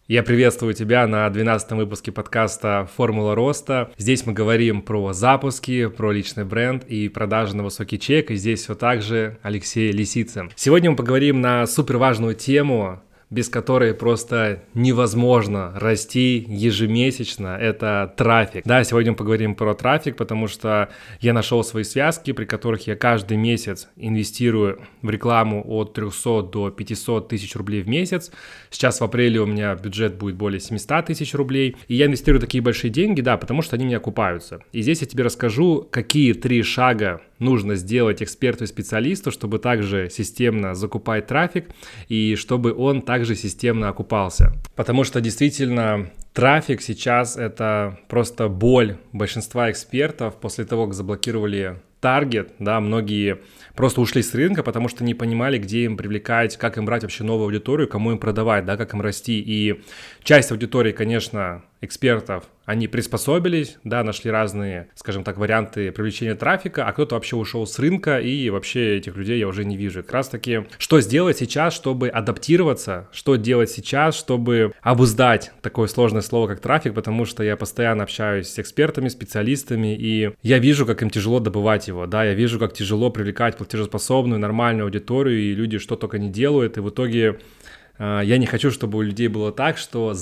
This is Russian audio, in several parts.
Я приветствую тебя на 12-м выпуске подкаста «Формула роста». Здесь мы говорим про запуски, про личный бренд и продажи на высокий чек. И здесь все так же Алексей Лисицын. Сегодня мы поговорим на суперважную тему, без которой просто невозможно расти ежемесячно, это трафик. Да, сегодня мы поговорим про трафик, потому что я нашел свои связки, при которых я каждый месяц инвестирую в рекламу от 300 до 500 тысяч рублей в месяц. Сейчас в апреле у меня бюджет будет более 700 тысяч рублей. И я инвестирую такие большие деньги, да, потому что они мне окупаются. И здесь я тебе расскажу, какие 3 шага нужно сделать эксперту и специалисту, чтобы также системно закупать трафик и чтобы он также системно окупался. Потому что действительно трафик сейчас это просто боль большинства экспертов после того, как заблокировали таргет, да, многие просто ушли с рынка, потому что не понимали, где им привлекать, как им брать вообще новую аудиторию, кому им продавать, да, как им расти. И часть аудитории, конечно, экспертов, они приспособились, да, нашли разные, скажем так, варианты привлечения трафика, а кто-то вообще ушел с рынка, и вообще этих людей я уже не вижу. Как раз таки, что сделать сейчас, чтобы адаптироваться, что делать сейчас, чтобы обуздать такое сложное слово, как трафик, потому что я постоянно общаюсь с экспертами, специалистами, и я вижу, как им тяжело добывать его, да, я вижу, как тяжело привлекать платежеспособную, нормальную аудиторию, и люди что только не делают, и в итоге я не хочу, чтобы у людей было так, что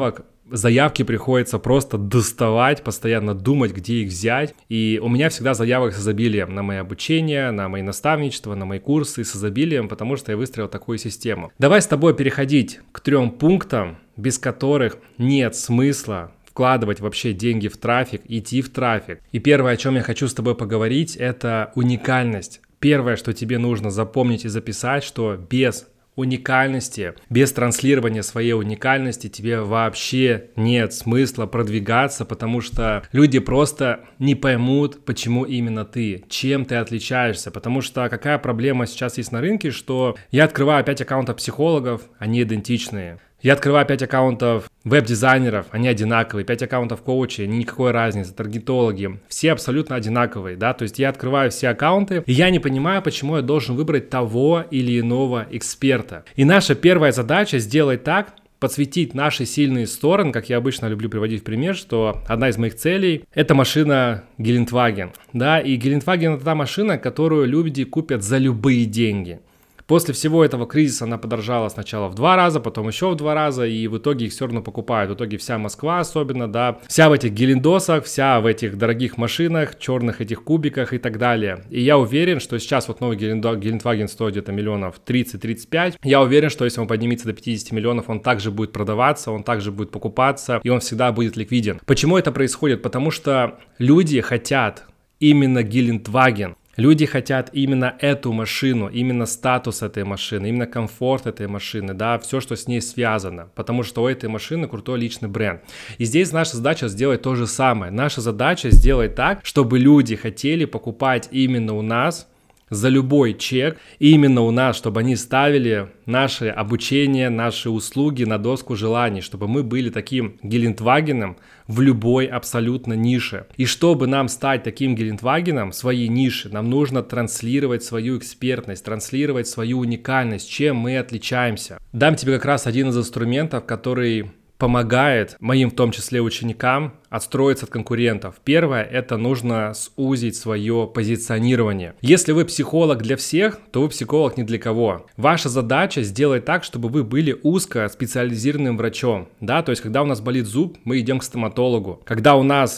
заявки приходится просто доставать, постоянно думать, где их взять. И у меня всегда заявок с изобилием на мои обучения, на мои наставничества, на мои курсы с изобилием, потому что я выстроил такую систему. Давай с тобой переходить к 3 пунктам, без которых нет смысла вкладывать вообще деньги в трафик, идти в трафик. И первое, о чем я хочу с тобой поговорить, это уникальность. Первое, что тебе нужно запомнить и записать, что без уникальности, без транслирования своей уникальности тебе вообще нет смысла продвигаться, потому что люди просто не поймут, почему именно ты, чем ты отличаешься, потому что какая проблема сейчас есть на рынке, что я открываю 5 аккаунтов психологов, они идентичные. Я открываю 5 аккаунтов веб-дизайнеров, они одинаковые, 5 аккаунтов коучей, никакой разницы, таргетологи, все абсолютно одинаковые, да, то есть я открываю все аккаунты, и я не понимаю, почему я должен выбрать того или иного эксперта. И наша первая задача сделать так, подсветить наши сильные стороны, как я обычно люблю приводить в пример, что одна из моих целей – это машина Гелендваген, да, и Гелендваген – это та машина, которую люди купят за любые деньги. После всего этого кризиса она подорожала сначала в 2 раза, потом еще в 2 раза, и в итоге их все равно покупают. В итоге вся Москва особенно, да, вся в этих гелендосах, вся в этих дорогих машинах, черных этих кубиках и так далее. И я уверен, что сейчас вот новый Гелендваген стоит где-то миллионов 30-35. Я уверен, что если он поднимется до 50 миллионов, он также будет продаваться, он также будет покупаться, и он всегда будет ликвиден. Почему это происходит? Потому что люди хотят именно Гелендваген. Люди хотят именно эту машину, именно статус этой машины, именно комфорт этой машины, да, все, что с ней связано, потому что у этой машины крутой личный бренд. И здесь наша задача сделать то же самое. Наша задача сделать так, чтобы люди хотели покупать именно у нас за любой чек, именно у нас, чтобы они ставили наше обучение, наши услуги на доску желаний, чтобы мы были таким Гелендвагеном в любой абсолютно нише. И чтобы нам стать таким Гелендвагеном в своей нише, нам нужно транслировать свою экспертность, транслировать свою уникальность, чем мы отличаемся. Дам тебе как раз один из инструментов, который помогает моим, в том числе ученикам, отстроиться от конкурентов. Первое, это нужно сузить свое позиционирование. Если вы психолог для всех, то вы психолог ни для кого. Ваша задача сделать так, чтобы вы были узкоспециализированным врачом. Да, то есть, когда у нас болит зуб, мы идем к стоматологу. Когда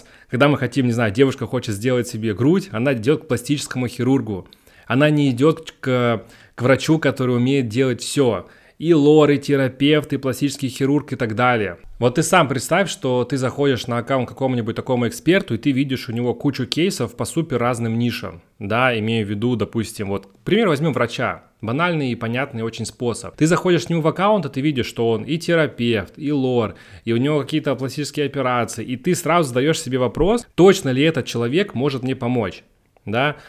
мы хотим, не знаю, девушка хочет сделать себе грудь, она идет к пластическому хирургу. Она не идет к врачу, который умеет делать все. И лор, и терапевт, и пластический хирург и так далее. Вот ты сам представь, что ты заходишь на аккаунт какому-нибудь такому эксперту, и ты видишь у него кучу кейсов по супер разным нишам. Да, имею в виду, допустим, вот, к примеру, возьмем врача. Банальный и понятный очень способ. Ты заходишь к нему в аккаунт, и ты видишь, что он и терапевт, и лор, и у него какие-то пластические операции. И ты сразу задаешь себе вопрос, точно ли этот человек может мне помочь, да?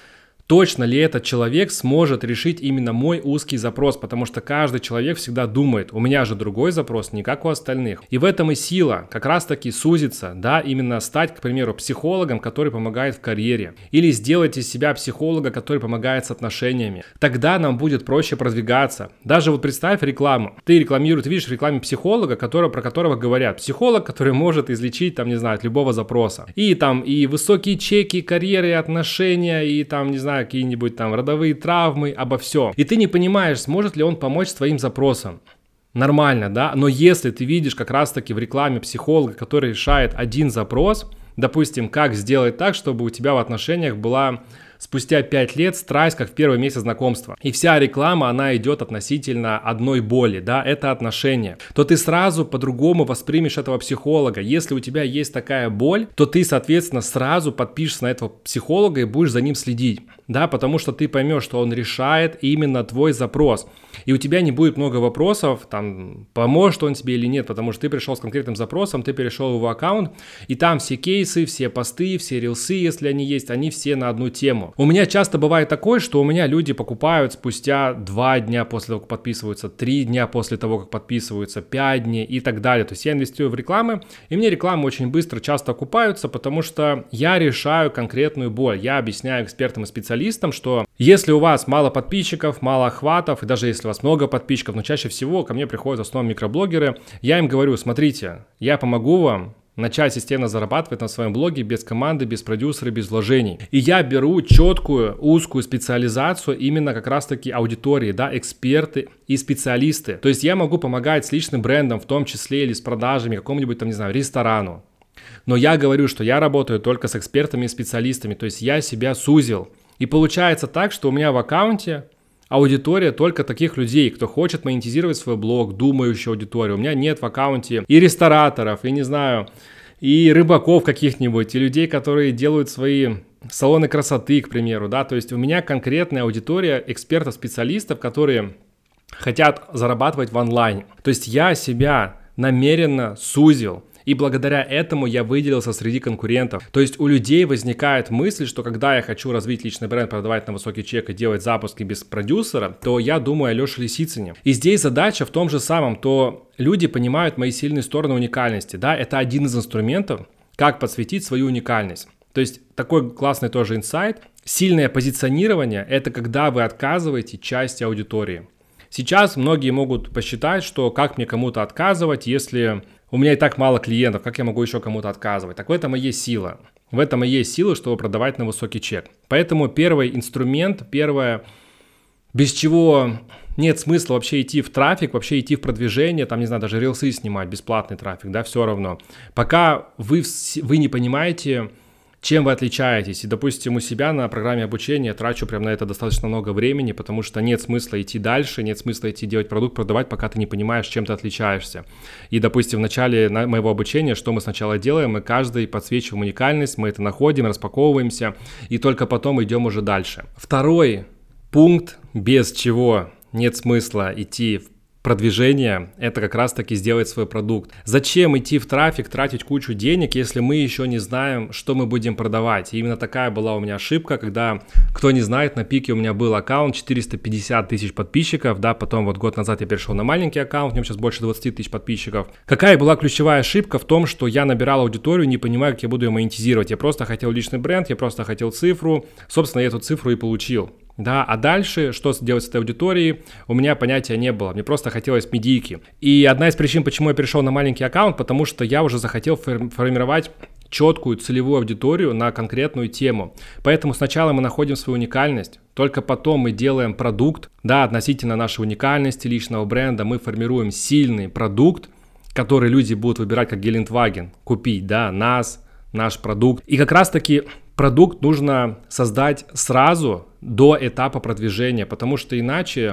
точно ли этот человек сможет решить именно мой узкий запрос, потому что каждый человек всегда думает, у меня же другой запрос, не как у остальных. И в этом и сила, как раз таки сузиться, да, именно стать, к примеру, психологом, который помогает в карьере, или сделать из себя психолога, который помогает с отношениями. Тогда нам будет проще продвигаться. Даже вот представь рекламу. Ты рекламируешь, ты видишь в рекламе психолога, про которого говорят, психолог, который может излечить, там, не знаю, от любого запроса. И там и высокие чеки, карьеры, и отношения, и там, не знаю, какие-нибудь там родовые травмы, обо всем. И ты не понимаешь, сможет ли он помочь с твоим запросом. Нормально, да? Но если ты видишь как раз-таки в рекламе психолога, который решает один запрос, допустим, как сделать так, чтобы у тебя в отношениях была спустя 5 лет страсть, как в первый месяц знакомства. И вся реклама, она идет относительно одной боли, да, это отношения. То ты сразу по-другому воспримешь этого психолога. Если у тебя есть такая боль, то ты, соответственно, сразу подпишешься на этого психолога и будешь за ним следить. Да, потому что ты поймешь, что он решает именно твой запрос. И у тебя не будет много вопросов, там, поможет он тебе или нет, потому что ты пришел с конкретным запросом, ты перешел в его аккаунт, и там все кейсы, все посты, все рилсы, если они есть, они все на одну тему. У меня часто бывает такое, что у меня люди покупают спустя 2 дня после того, как подписываются, 3 дня после того, как подписываются, 5 дней и так далее. То есть я инвестирую в рекламы, и мне рекламы очень быстро часто окупаются, потому что я решаю конкретную боль. Я объясняю экспертам и специалистам, что если у вас мало подписчиков, мало охватов, и даже если у вас много подписчиков, но чаще всего ко мне приходят в основном микроблогеры, я им говорю, смотрите, я помогу вам начать системно зарабатывать на своем блоге без команды, без продюсера, без вложений. И я беру четкую, узкую специализацию именно как раз-таки аудитории, да, эксперты и специалисты. То есть я могу помогать с личным брендом, в том числе или с продажами какому-нибудь там, не знаю, ресторану. Но я говорю, что я работаю только с экспертами и специалистами, то есть я себя сузил. И получается так, что у меня в аккаунте аудитория только таких людей, кто хочет монетизировать свой блог, думающую аудиторию. У меня нет в аккаунте и рестораторов, и не знаю, и рыбаков каких-нибудь, и людей, которые делают свои салоны красоты, к примеру, да. То есть у меня конкретная аудитория экспертов, специалистов, которые хотят зарабатывать в онлайне. То есть я себя намеренно сузил. И благодаря этому я выделился среди конкурентов. То есть у людей возникает мысль, что когда я хочу развить личный бренд, продавать на высокий чек и делать запуски без продюсера, то я думаю о Леше Лисицыне. И здесь задача в том же самом, то люди понимают мои сильные стороны уникальности. Да, это один из инструментов, как подсветить свою уникальность. То есть такой классный тоже инсайт. Сильное позиционирование – это когда вы отказываете части аудитории. Сейчас многие могут посчитать, что как мне кому-то отказывать, если у меня и так мало клиентов, как я могу еще кому-то отказывать? Так в этом и есть сила. В этом и есть сила, чтобы продавать на высокий чек. Поэтому первый инструмент, первое, без чего нет смысла вообще идти в трафик, вообще идти в продвижение, там, не знаю, даже рилсы снимать, бесплатный трафик, да, все равно. Пока вы не понимаете, чем вы отличаетесь. И, допустим, у себя на программе обучения трачу прям на это достаточно много времени, потому что нет смысла идти дальше, нет смысла идти делать продукт, продавать, пока ты не понимаешь, чем ты отличаешься. И, допустим, в начале моего обучения, что мы сначала делаем, мы каждый подсвечиваем уникальность, мы это находим, распаковываемся, и только потом идем уже дальше. Второй пункт, без чего нет смысла идти в продвижение, это как раз-таки сделать свой продукт. Зачем идти в трафик, тратить кучу денег, если мы еще не знаем, что мы будем продавать? И именно такая была у меня ошибка, когда, кто не знает, на пике у меня был аккаунт 450 тысяч подписчиков, да, потом вот год назад я перешел на маленький аккаунт, у него сейчас больше 20 тысяч подписчиков. Какая была ключевая ошибка в том, что я набирал аудиторию, не понимая, как я буду ее монетизировать. Я просто хотел личный бренд, я просто хотел цифру, собственно, я эту цифру и получил. Да, а дальше, что делать с этой аудиторией, у меня понятия не было, мне просто хотелось медийки. И одна из причин, почему я перешел на маленький аккаунт, потому что я уже захотел формировать четкую целевую аудиторию на конкретную тему. Поэтому сначала мы находим свою уникальность, только потом мы делаем продукт, да, относительно нашей уникальности, личного бренда, мы формируем сильный продукт, который люди будут выбирать как Гелендваген, купить, да, нас, наш продукт. И как раз-таки продукт нужно создать сразу до этапа продвижения, потому что иначе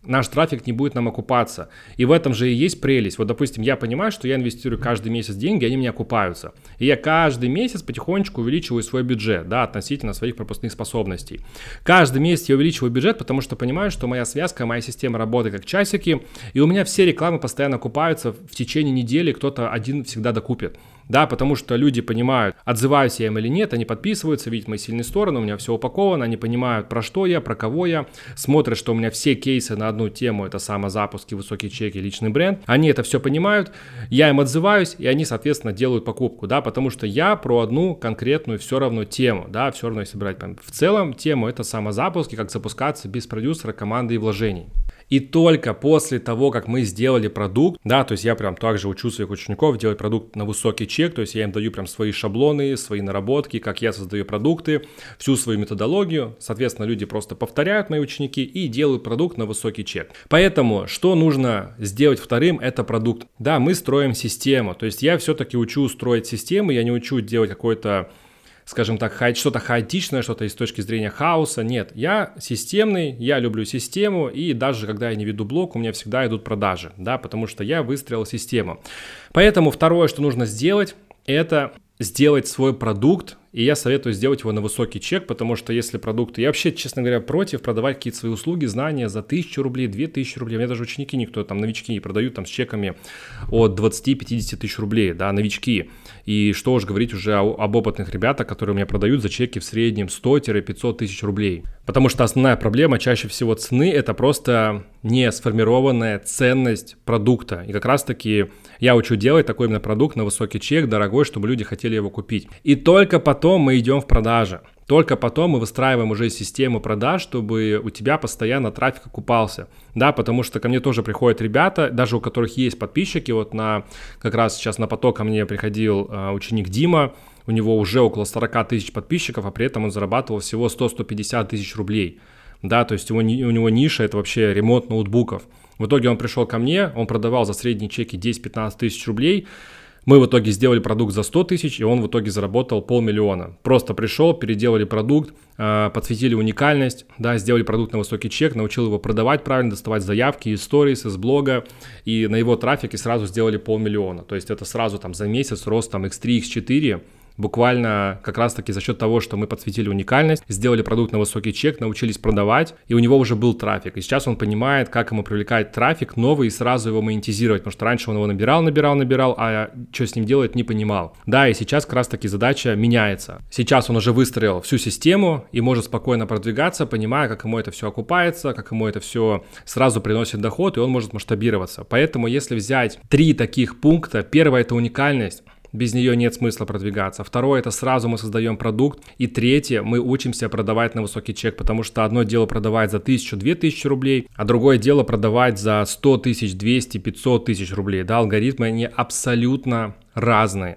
наш трафик не будет нам окупаться. И в этом же и есть прелесть. Вот, допустим, я понимаю, что я инвестирую каждый месяц деньги, они мне окупаются. И я каждый месяц потихонечку увеличиваю свой бюджет, да, относительно своих пропускных способностей. Каждый месяц я увеличиваю бюджет, потому что понимаю, что моя связка, моя система работает как часики, и у меня все рекламы постоянно окупаются в течение недели, кто-то один всегда докупит. Да, потому что люди понимают, отзываюсь я им или нет, они подписываются, видят мои сильные стороны, у меня все упаковано, они понимают, про что я, про кого я, смотрят, что у меня все кейсы на одну тему, это самозапуски, высокие чеки, личный бренд, они это все понимают, я им отзываюсь, и они, соответственно, делают покупку, да, потому что я про одну конкретную все равно тему, да, все равно, если брать в целом тему, это самозапуски, как запускаться без продюсера, команды и вложений. И только после того, как мы сделали продукт, да, то есть я прям также учу своих учеников делать продукт на высокий чек, то есть я им даю прям свои шаблоны, свои наработки, как я создаю продукты, всю свою методологию, соответственно, люди просто повторяют, мои ученики, и делают продукт на высокий чек. Поэтому, что нужно сделать вторым, это продукт. Да, мы строим систему, то есть я все-таки учу строить системы, я не учу делать какой-то, скажем так, что-то хаотичное, что-то с точки зрения хаоса. Нет, я системный, я люблю систему, и даже когда я не веду блог, у меня всегда идут продажи, да, потому что я выстроил систему. Поэтому второе, что нужно сделать, это сделать свой продукт, и я советую сделать его на высокий чек, потому что если продукты... Я вообще, честно говоря, против продавать какие-то свои услуги, знания за 1000 рублей, 2000 рублей. У меня даже ученики никто, там, новички не продают там с чеками от 20-50 тысяч рублей, да, новички. И что уж говорить уже об опытных ребятах, которые у меня продают за чеки в среднем 100-500 тысяч рублей. Потому что основная проблема чаще всего цены – это просто не сформированная ценность продукта. И как раз-таки я учу делать такой именно продукт на высокий чек, дорогой, чтобы люди хотели его купить. И только потом мы идем в продажи. Только потом мы выстраиваем уже систему продаж, чтобы у тебя постоянно трафик окупался. Да, потому что ко мне тоже приходят ребята, даже у которых есть подписчики. Вот как раз сейчас на поток ко мне приходил ученик Дима. У него уже около 40 тысяч подписчиков, а при этом он зарабатывал всего 100-150 тысяч рублей. Да, то есть у него ниша – это вообще ремонт ноутбуков. В итоге он пришел ко мне, он продавал за средние чеки 10-15 тысяч рублей. Мы в итоге сделали продукт за 100 тысяч, и он в итоге заработал 500 000. Просто пришел, переделали продукт, подсветили уникальность, да, сделали продукт на высокий чек, научил его продавать правильно, доставать заявки из сторис, из блога, и на его трафике сразу сделали 500 000. То есть это сразу там за месяц рост там x3, x4, буквально как раз-таки за счет того, что мы подсветили уникальность, сделали продукт на высокий чек, научились продавать, и у него уже был трафик. И сейчас он понимает, как ему привлекать трафик новый и сразу его монетизировать, потому что раньше он его набирал, а что с ним делать, не понимал. Да, и сейчас как раз-таки задача меняется. Сейчас он уже выстроил всю систему и может спокойно продвигаться, понимая, как ему это все окупается, как ему это все сразу приносит доход, и он может масштабироваться. Поэтому если взять 3 таких пункта, первое – это уникальность. Без нее нет смысла продвигаться. Второе, это сразу мы создаем продукт. И третье, мы учимся продавать на высокий чек, потому что одно дело продавать за 1000-2000 рублей, а другое дело продавать за 100 тысяч, 200, 500 тысяч рублей. Да, алгоритмы, они абсолютно разные,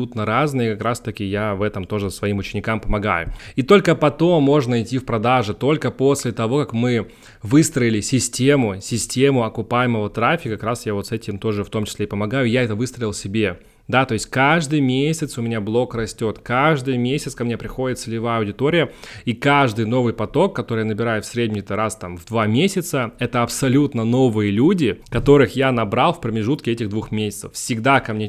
как раз таки я в этом тоже своим ученикам помогаю. И только потом можно идти в продажи, только после того, как мы выстроили систему окупаемого трафика, как раз я вот с этим тоже в том числе и помогаю, я это выстроил себе. Да, то есть каждый месяц у меня блог растет, каждый месяц ко мне приходит целевая аудитория, и каждый новый поток, который я набираю в среднем раз там в 2 месяца, это абсолютно новые люди, которых я набрал в промежутке этих 2 месяцев. Всегда ко мне,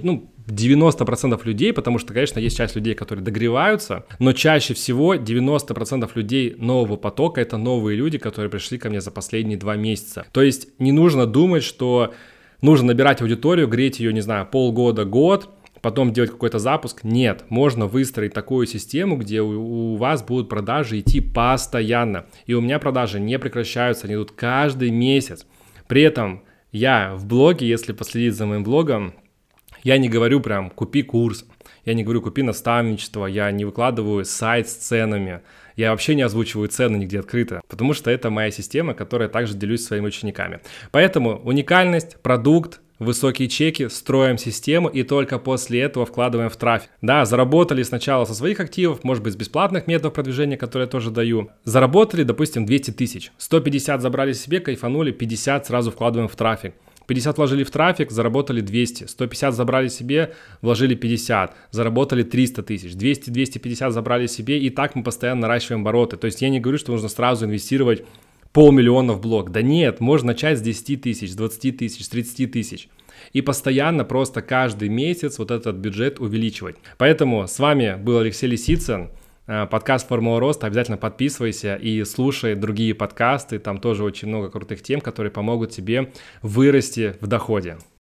90% людей, потому что, конечно, есть часть людей, которые догреваются, но чаще всего 90% людей нового потока – это новые люди, которые пришли ко мне за последние 2 месяца. То есть не нужно думать, что нужно набирать аудиторию, греть ее, не знаю, полгода, год, потом делать какой-то запуск. Нет, можно выстроить такую систему, где у вас будут продажи идти постоянно. И у меня продажи не прекращаются, они идут каждый месяц. При этом я в блоге, если последить за моим блогом, я не говорю прям «купи курс», я не говорю «купи наставничество», я не выкладываю сайт с ценами, я вообще не озвучиваю цены нигде открыто, потому что это моя система, которой я также делюсь со своими учениками. Поэтому уникальность, продукт, высокие чеки, строим систему и только после этого вкладываем в трафик. Да, заработали сначала со своих активов, может быть, с бесплатных методов продвижения, которые я тоже даю. Заработали, допустим, 200 тысяч, 150 забрали себе, кайфанули, 50 сразу вкладываем в трафик. 50 вложили в трафик, заработали 200, 150 забрали себе, вложили 50, заработали 300 тысяч, 200, 250 забрали себе, и так мы постоянно наращиваем обороты. То есть я не говорю, что нужно сразу инвестировать 500 500 000 в блог. Да нет, можно начать с 10 тысяч, с 20 тысяч, с 30 тысяч. И постоянно просто каждый месяц вот этот бюджет увеличивать. Поэтому с вами был Алексей Лисицын, подкаст «Формула роста». Обязательно подписывайся и слушай другие подкасты. Там тоже очень много крутых тем, которые помогут тебе вырасти в доходе.